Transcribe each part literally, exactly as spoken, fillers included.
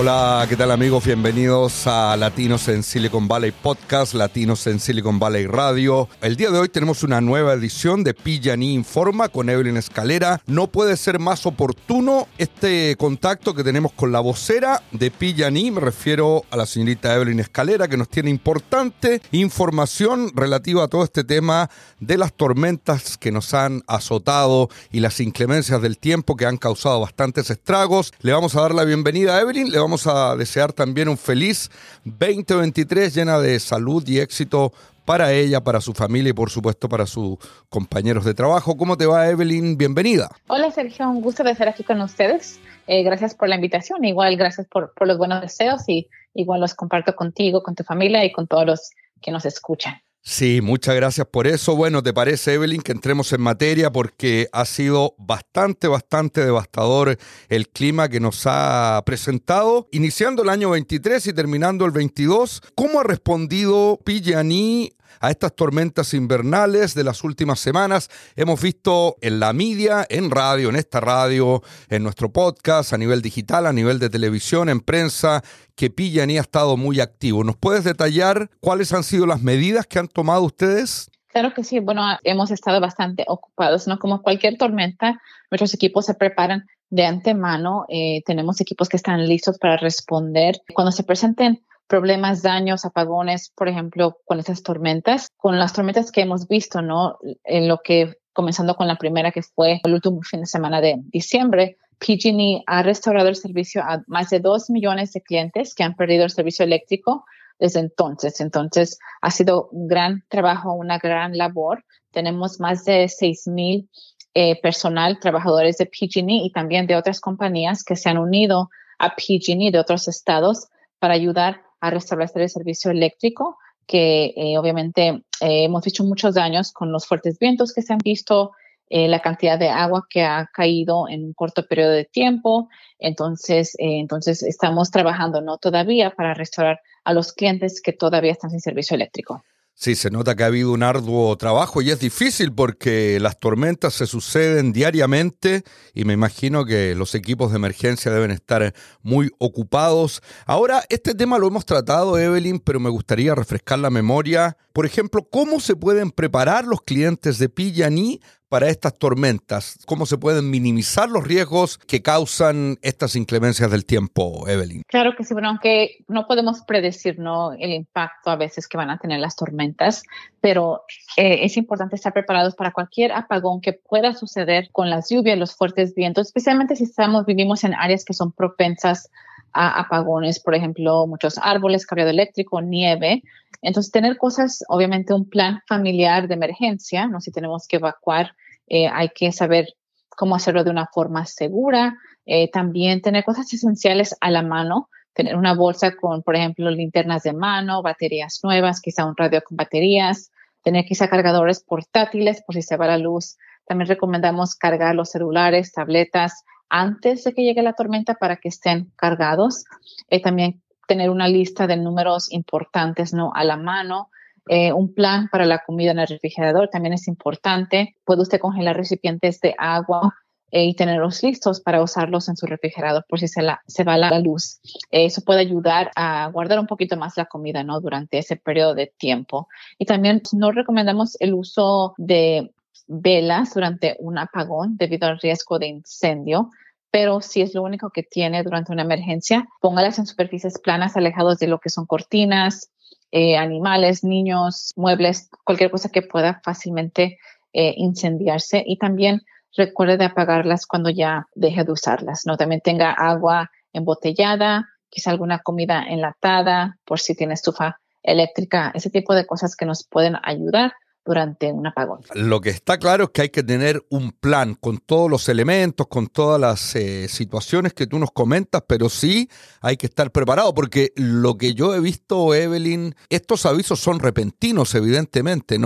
Hola, ¿qué tal amigos? Bienvenidos a Latinos en Silicon Valley Podcast, Latinos en Silicon Valley Radio. El día de hoy tenemos una nueva edición de P G and E Informa con Evelyn Escalera. No puede ser más oportuno este contacto que tenemos con la vocera de P G and E. Me refiero a la señorita Evelyn Escalera, que nos tiene importante información relativa a todo este tema de las tormentas que nos han azotado y las inclemencias del tiempo que han causado bastantes estragos. Le vamos a dar la bienvenida a Evelyn. Le vamos a desear también un feliz veinte veintitrés llena de salud y éxito para ella, para su familia y por supuesto para sus compañeros de trabajo. ¿Cómo te va, Evelyn? Bienvenida. Hola, Sergio. Un gusto de estar aquí con ustedes. Eh, gracias por la invitación. Igual, gracias por, por los buenos deseos y igual los comparto contigo, con tu familia y con todos los que nos escuchan. Sí, muchas gracias por eso. Bueno, ¿te parece, Evelyn, que entremos en materia? Porque ha sido bastante, bastante devastador el clima que nos ha presentado, iniciando el año veintitrés y terminando el veintidós. ¿Cómo ha respondido P G and E a estas tormentas invernales de las últimas semanas? Hemos visto en la media, en radio, en esta radio, en nuestro podcast, a nivel digital, a nivel de televisión, en prensa, que P G and E ha estado muy activo. ¿Nos puedes detallar cuáles han sido las medidas que han tomado ustedes? Claro que sí. Bueno, hemos estado bastante ocupados, ¿no? Como cualquier tormenta, nuestros equipos se preparan de antemano. Eh, tenemos equipos que están listos para responder cuando se presenten problemas, daños, apagones, por ejemplo, con esas tormentas, con las tormentas que hemos visto, ¿no? En lo que, comenzando con la primera que fue el último fin de semana de diciembre, P G and E ha restaurado el servicio a más de dos millones de clientes que han perdido el servicio eléctrico desde entonces. Entonces, ha sido un gran trabajo, una gran labor. Tenemos más de seis mil eh, personal, trabajadores de P G and E y también de otras compañías que se han unido a P G and E de otros estados para ayudar a restablecer el servicio eléctrico, que eh, obviamente eh, hemos visto muchos daños con los fuertes vientos que se han visto, eh, la cantidad de agua que ha caído en un corto periodo de tiempo. Entonces, eh, entonces estamos trabajando, ¿no? Todavía para restaurar a los clientes que todavía están sin servicio eléctrico. Sí, se nota que ha habido un arduo trabajo y es difícil porque las tormentas se suceden diariamente y me imagino que los equipos de emergencia deben estar muy ocupados. Ahora, este tema lo hemos tratado, Evelyn, pero me gustaría refrescar la memoria. Por ejemplo, ¿cómo se pueden preparar los clientes de P G and E para estas tormentas? ¿Cómo se pueden minimizar los riesgos que causan estas inclemencias del tiempo, Evelyn? Claro que sí, bueno, aunque no podemos predecir, ¿no?, el impacto a veces que van a tener las tormentas, pero eh, es importante estar preparados para cualquier apagón que pueda suceder con las lluvias, los fuertes vientos, especialmente si estamos, vivimos en áreas que son propensas a apagones, por ejemplo, muchos árboles, cableado eléctrico, nieve. Entonces, tener cosas, obviamente un plan familiar de emergencia, ¿no? Si tenemos que evacuar, eh, hay que saber cómo hacerlo de una forma segura. Eh, también tener cosas esenciales a la mano, tener una bolsa con, por ejemplo, linternas de mano, baterías nuevas, quizá un radio con baterías, tener quizá cargadores portátiles por si se va la luz. También recomendamos cargar los celulares, tabletas, antes de que llegue la tormenta para que estén cargados. Eh, también tener una lista de números importantes, ¿no?, a la mano. Eh, un plan para la comida en el refrigerador también es importante. Puede usted congelar recipientes de agua eh, y tenerlos listos para usarlos en su refrigerador por si se, la, se va la luz. Eh, eso puede ayudar a guardar un poquito más la comida, ¿no?, durante ese periodo de tiempo. Y también no recomendamos el uso de velas durante un apagón debido al riesgo de incendio, pero si es lo único que tiene durante una emergencia, póngalas en superficies planas, alejados de lo que son cortinas, eh, animales, niños, muebles, cualquier cosa que pueda fácilmente eh, incendiarse. Y también recuerde de apagarlas cuando ya deje de usarlas, ¿no? También tenga agua embotellada, quizá alguna comida enlatada, por si tiene estufa eléctrica, ese tipo de cosas que nos pueden ayudar durante un apagón. Lo que está claro es que hay que tener un plan con todos los elementos, con todas las eh, situaciones que tú nos comentas, pero sí hay que estar preparado, porque lo que yo he visto, Evelyn, estos avisos son repentinos, evidentemente, ¿no?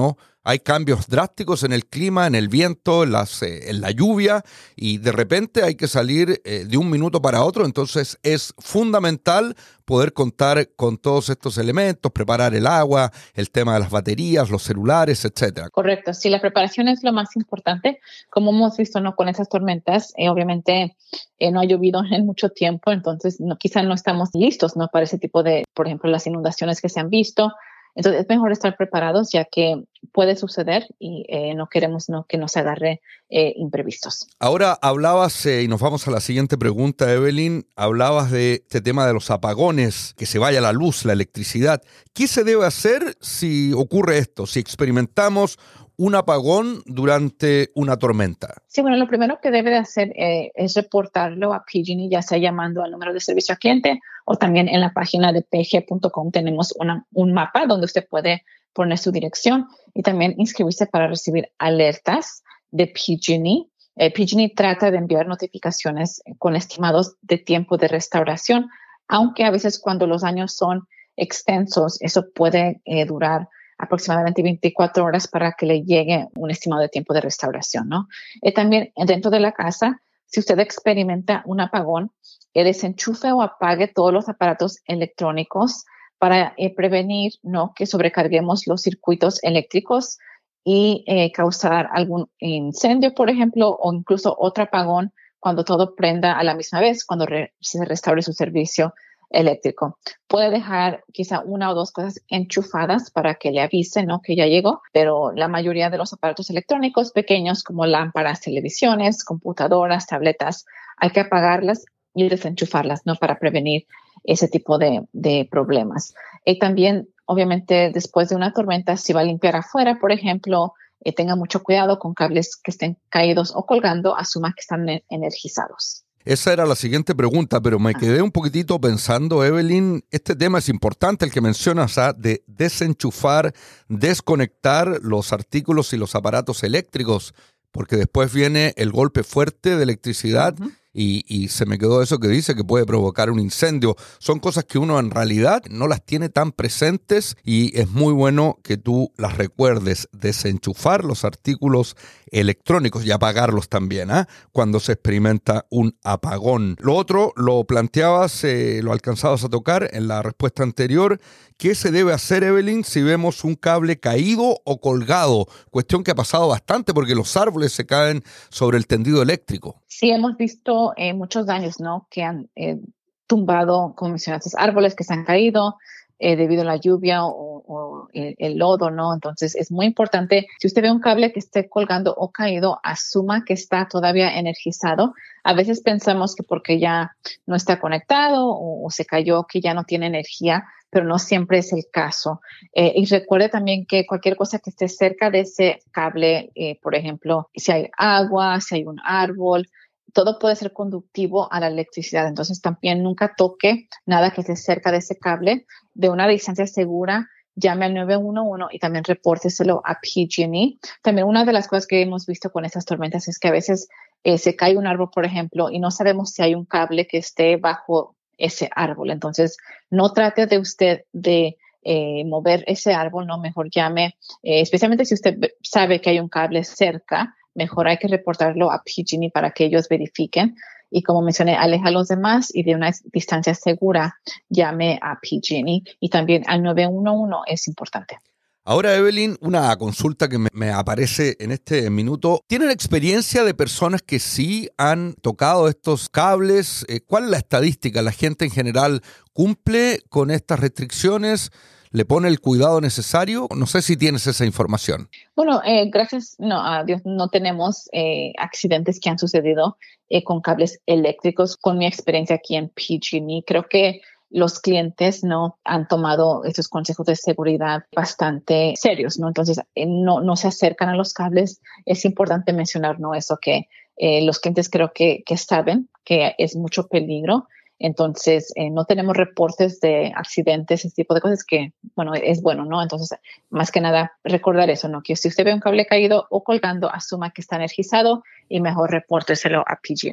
hay cambios drásticos en el clima, en el viento, en, las, eh, en la lluvia, y de repente hay que salir eh, de un minuto para otro. Entonces es fundamental poder contar con todos estos elementos, preparar el agua, el tema de las baterías, los celulares, etcétera. Correcto, sí, la preparación es lo más importante. Como hemos visto, ¿no? Con esas tormentas, eh, obviamente eh, no ha llovido en mucho tiempo, entonces no, quizá no estamos listos, ¿no? Para ese tipo de, por ejemplo, las inundaciones que se han visto. Entonces es mejor estar preparados, ya que puede suceder y eh, no queremos no, que nos agarre eh, imprevistos. Ahora hablabas, eh, y nos vamos a la siguiente pregunta, Evelyn, hablabas de este tema de los apagones, que se vaya la luz, la electricidad. ¿Qué se debe hacer si ocurre esto, si experimentamos un apagón durante una tormenta? Sí, bueno, lo primero que debe de hacer eh, es reportarlo a P G and E, ya sea llamando al número de servicio al cliente o también en la página de p g punto com tenemos una, un mapa donde usted puede poner su dirección y también inscribirse para recibir alertas de P G and E. Eh, P G and E trata de enviar notificaciones con estimados de tiempo de restauración, aunque a veces cuando los años son extensos, eso puede eh, durar aproximadamente veinticuatro horas para que le llegue un estimado de tiempo de restauración, ¿no? Eh, también dentro de la casa, si usted experimenta un apagón, eh, desenchufe o apague todos los aparatos electrónicos para eh, prevenir, ¿no? que sobrecarguemos los circuitos eléctricos y eh, causar algún incendio, por ejemplo, o incluso otro apagón cuando todo prenda a la misma vez, cuando re- se restaure su servicio eléctrico. Puede dejar quizá una o dos cosas enchufadas para que le avise, ¿no? que ya llegó, pero la mayoría de los aparatos electrónicos pequeños como lámparas, televisiones, computadoras, tabletas, hay que apagarlas y desenchufarlas, ¿no? para prevenir ese tipo de, de problemas. Y también, obviamente, después de una tormenta, si va a limpiar afuera, por ejemplo, eh, tenga mucho cuidado con cables que estén caídos o colgando, asuma que están e- energizados. Esa era la siguiente pregunta, pero me quedé un poquitito pensando, Evelyn, este tema es importante, el que mencionas, ¿ah? de desenchufar, desconectar los artículos y los aparatos eléctricos, porque después viene el golpe fuerte de electricidad. Uh-huh. Y, y se me quedó eso que dice que puede provocar un incendio. Son cosas que uno en realidad no las tiene tan presentes y es muy bueno que tú las recuerdes. Desenchufar los artículos electrónicos y apagarlos también, ¿eh? cuando se experimenta un apagón. Lo otro lo planteabas, eh, lo alcanzabas a tocar en la respuesta anterior. ¿Qué se debe hacer, Evelyn, si vemos un cable caído o colgado? Cuestión que ha pasado bastante porque los árboles se caen sobre el tendido eléctrico. Sí, hemos visto eh, muchos daños, ¿no? Que han eh, tumbado, como mencionaste, árboles que se han caído eh, debido a la lluvia o, o el, el lodo, ¿no? Entonces es muy importante, si usted ve un cable que esté colgando o caído, asuma que está todavía energizado. A veces pensamos que porque ya no está conectado o, o se cayó, que ya no tiene energía, pero no siempre es el caso. Eh, y recuerde también que cualquier cosa que esté cerca de ese cable, eh, por ejemplo, si hay agua, si hay un árbol, todo puede ser conductivo a la electricidad. Entonces también nunca toque nada que esté cerca de ese cable. De una distancia segura, llame al nueve uno uno y también repórteselo a P G and E. También una de las cosas que hemos visto con estas tormentas es que a veces eh, se cae un árbol, por ejemplo, y no sabemos si hay un cable que esté bajo ese árbol. Entonces, no trate de usted de eh, mover ese árbol, no, mejor llame, eh, especialmente si usted sabe que hay un cable cerca, mejor hay que reportarlo a P G and E para que ellos verifiquen. Y como mencioné, aleja a los demás y de una distancia segura, llame a P G and E y también al nueve uno uno es importante. Ahora, Evelyn, una consulta que me, me aparece en este minuto. ¿Tienen experiencia de personas que sí han tocado estos cables? Eh, ¿Cuál es la estadística? ¿La gente en general cumple con estas restricciones? ¿Le pone el cuidado necesario? No sé si tienes esa información. Bueno, eh, gracias no, a Dios no tenemos eh, accidentes que han sucedido eh, con cables eléctricos. Con mi experiencia aquí en P G and E, creo que los clientes no han tomado estos consejos de seguridad bastante serios, ¿no? Entonces, eh, no, no se acercan a los cables. Es importante mencionar, ¿no? Eso que eh, los clientes creo que, que saben que es mucho peligro. Entonces, eh, no tenemos reportes de accidentes, ese tipo de cosas que, bueno, es bueno, ¿no? Entonces, más que nada, recordar eso, ¿no? Que si usted ve un cable caído o colgando, asuma que está energizado y mejor repórteselo a P G and E.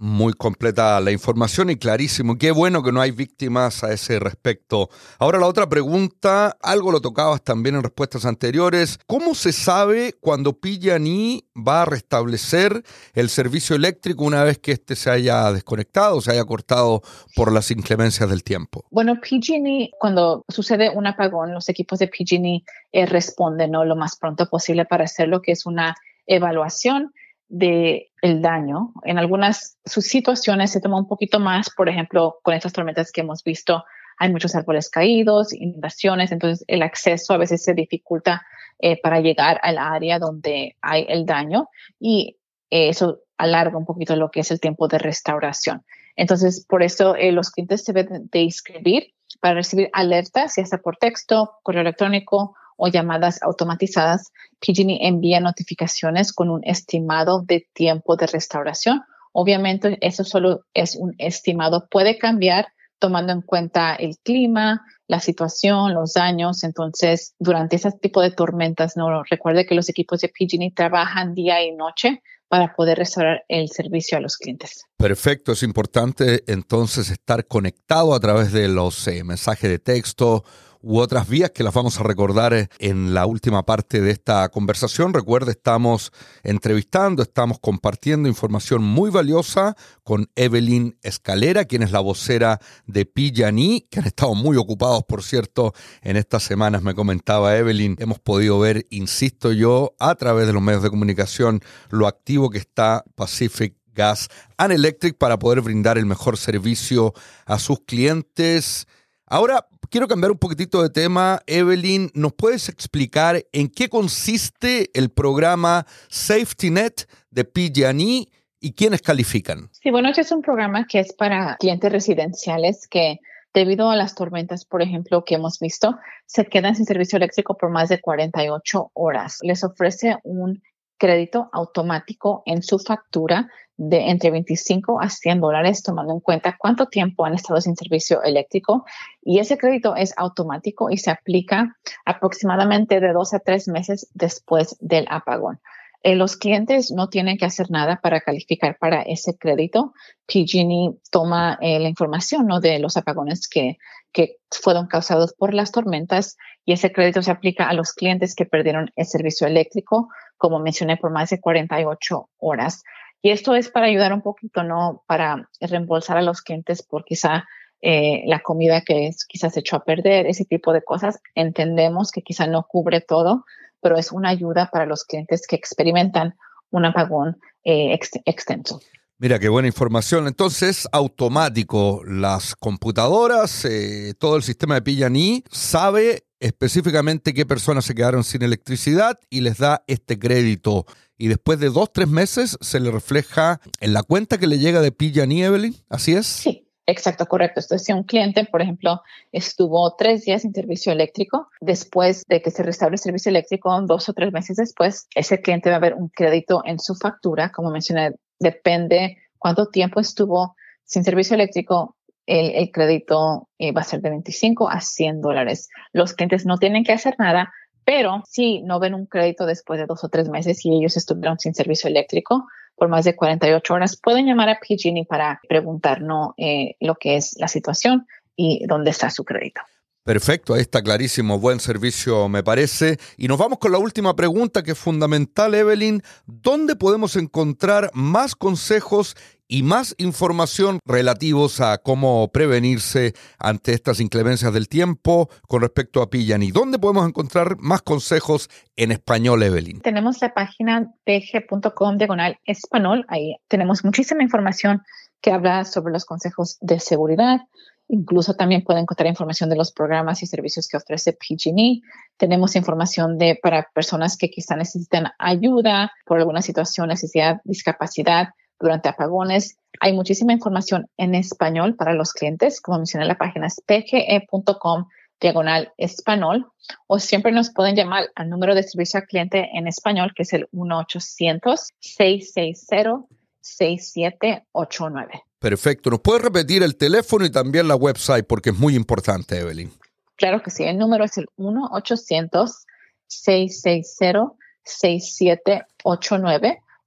Muy completa la información y clarísimo. Qué bueno que no hay víctimas a ese respecto. Ahora la otra pregunta, algo lo tocabas también en respuestas anteriores. ¿Cómo se sabe cuando P G and E va a restablecer el servicio eléctrico una vez que éste se haya desconectado o se haya cortado por las inclemencias del tiempo? Bueno, P G and E, cuando sucede un apagón, los equipos de P G and E eh, responden, ¿no?, lo más pronto posible para hacer lo que es una evaluación de el daño. En algunas sus situaciones se toma un poquito más, por ejemplo, con estas tormentas que hemos visto, hay muchos árboles caídos, inundaciones, entonces el acceso a veces se dificulta eh, para llegar al área donde hay el daño y eh, eso alarga un poquito lo que es el tiempo de restauración. Entonces, por eso eh, los clientes se deben de inscribir para recibir alertas, ya sea por texto, correo electrónico o llamadas automatizadas. P G and E envía notificaciones con un estimado de tiempo de restauración. Obviamente, eso solo es un estimado. Puede cambiar tomando en cuenta el clima, la situación, los daños. Entonces, durante ese tipo de tormentas, no recuerde que los equipos de P G and E trabajan día y noche para poder restaurar el servicio a los clientes. Perfecto, es importante entonces estar conectado a través de los eh, mensajes de texto u otras vías que las vamos a recordar en la última parte de esta conversación. Recuerde, estamos entrevistando, estamos compartiendo información muy valiosa con Evelyn Escalera, quien es la vocera de P G and E, que han estado muy ocupados, por cierto, en estas semanas, me comentaba Evelyn. Hemos podido ver, insisto yo, a través de los medios de comunicación, lo activo que está Pacific Gas and Electric para poder brindar el mejor servicio a sus clientes. Ahora, quiero cambiar un poquitito de tema. Evelyn, ¿nos puedes explicar en qué consiste el programa Safety Net de P G and E y quiénes califican? Sí, bueno, este es un programa que es para clientes residenciales que, debido a las tormentas, por ejemplo, que hemos visto, se quedan sin servicio eléctrico por más de cuarenta y ocho horas. Les ofrece un crédito automático en su factura de entre veinticinco a cien dólares, tomando en cuenta cuánto tiempo han estado sin servicio eléctrico. Y ese crédito es automático y se aplica aproximadamente de dos a tres meses después del apagón. Eh, los clientes no tienen que hacer nada para calificar para ese crédito. P G and E toma eh, la información, ¿no?, de los apagones que, que fueron causados por las tormentas y ese crédito se aplica a los clientes que perdieron el servicio eléctrico, como mencioné, por más de cuarenta y ocho horas. Y esto es para ayudar un poquito, ¿no?, para reembolsar a los clientes por quizá eh, la comida que es, quizás se echó a perder, ese tipo de cosas. Entendemos que quizá no cubre todo, pero es una ayuda para los clientes que experimentan un apagón eh, ex- extenso. Mira, qué buena información. Entonces, automático, las computadoras, eh, todo el sistema de P G and E sabe específicamente qué personas se quedaron sin electricidad y les da este crédito. Y después de dos, tres meses se le refleja en la cuenta que le llega de P G and E, Evelyn. ¿Así es? Sí. Exacto, correcto. Entonces, si un cliente, por ejemplo, estuvo tres días sin servicio eléctrico, después de que se restaure el servicio eléctrico, dos o tres meses después, ese cliente va a ver un crédito en su factura. Como mencioné, depende cuánto tiempo estuvo sin servicio eléctrico, el, el crédito eh, va a ser de veinticinco a cien dólares. Los clientes no tienen que hacer nada, pero si no ven un crédito después de dos o tres meses y ellos estuvieron sin servicio eléctrico por más de cuarenta y ocho horas, pueden llamar a P G and E para preguntarnos eh, lo que es la situación y dónde está su crédito. Perfecto, ahí está clarísimo. Buen servicio, me parece. Y nos vamos con la última pregunta, que es fundamental, Evelyn. ¿Dónde podemos encontrar más consejos y más información relativos a cómo prevenirse ante estas inclemencias del tiempo con respecto a P G and E? ¿Dónde podemos encontrar más consejos en español, Evelyn? Tenemos la página pg.com diagonal español. Ahí tenemos muchísima información que habla sobre los consejos de seguridad. Incluso también pueden encontrar información de los programas y servicios que ofrece P G and E. Tenemos información de, para personas que quizá necesitan ayuda por alguna situación, necesidad, discapacidad durante apagones. Hay muchísima información en español para los clientes. Como mencioné, la página es pge.com diagonal español, o siempre nos pueden llamar al número de servicio al cliente en español, que es el uno ochocientos, seis seis cero, seis siete ocho nueve. Perfecto. ¿Nos puedes repetir el teléfono y también la website? Porque es muy importante, Evelyn. Claro que sí. El número es el uno ochocientos, seis seis cero, seis siete ocho nueve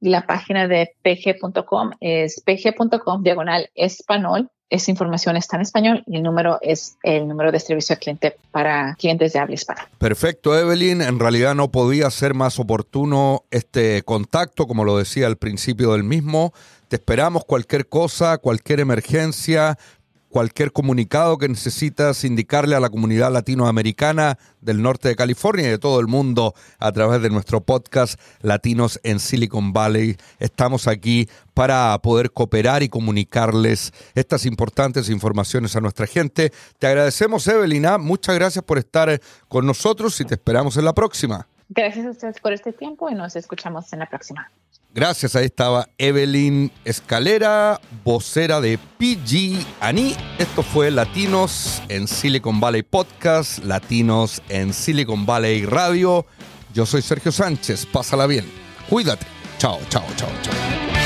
La página de p g punto com es p g punto com diagonal español. Esa información está en español y el número es el número de servicio al cliente para clientes de habla hispana. Perfecto, Evelyn. En realidad no podía ser más oportuno este contacto, como lo decía al principio del mismo. Te esperamos cualquier cosa, cualquier emergencia, cualquier comunicado que necesitas indicarle a la comunidad latinoamericana del norte de California y de todo el mundo a través de nuestro podcast Latinos en Silicon Valley. Estamos aquí para poder cooperar y comunicarles estas importantes informaciones a nuestra gente. Te agradecemos, Evelyn. Muchas gracias por estar con nosotros y te esperamos en la próxima. Gracias a ustedes por este tiempo y nos escuchamos en la próxima. Gracias, ahí estaba Evelyn Escalera, vocera de P G and E. Esto fue Latinos en Silicon Valley Podcast, Latinos en Silicon Valley Radio. Yo soy Sergio Sánchez, pásala bien, cuídate. Chao, chao, chao, chao.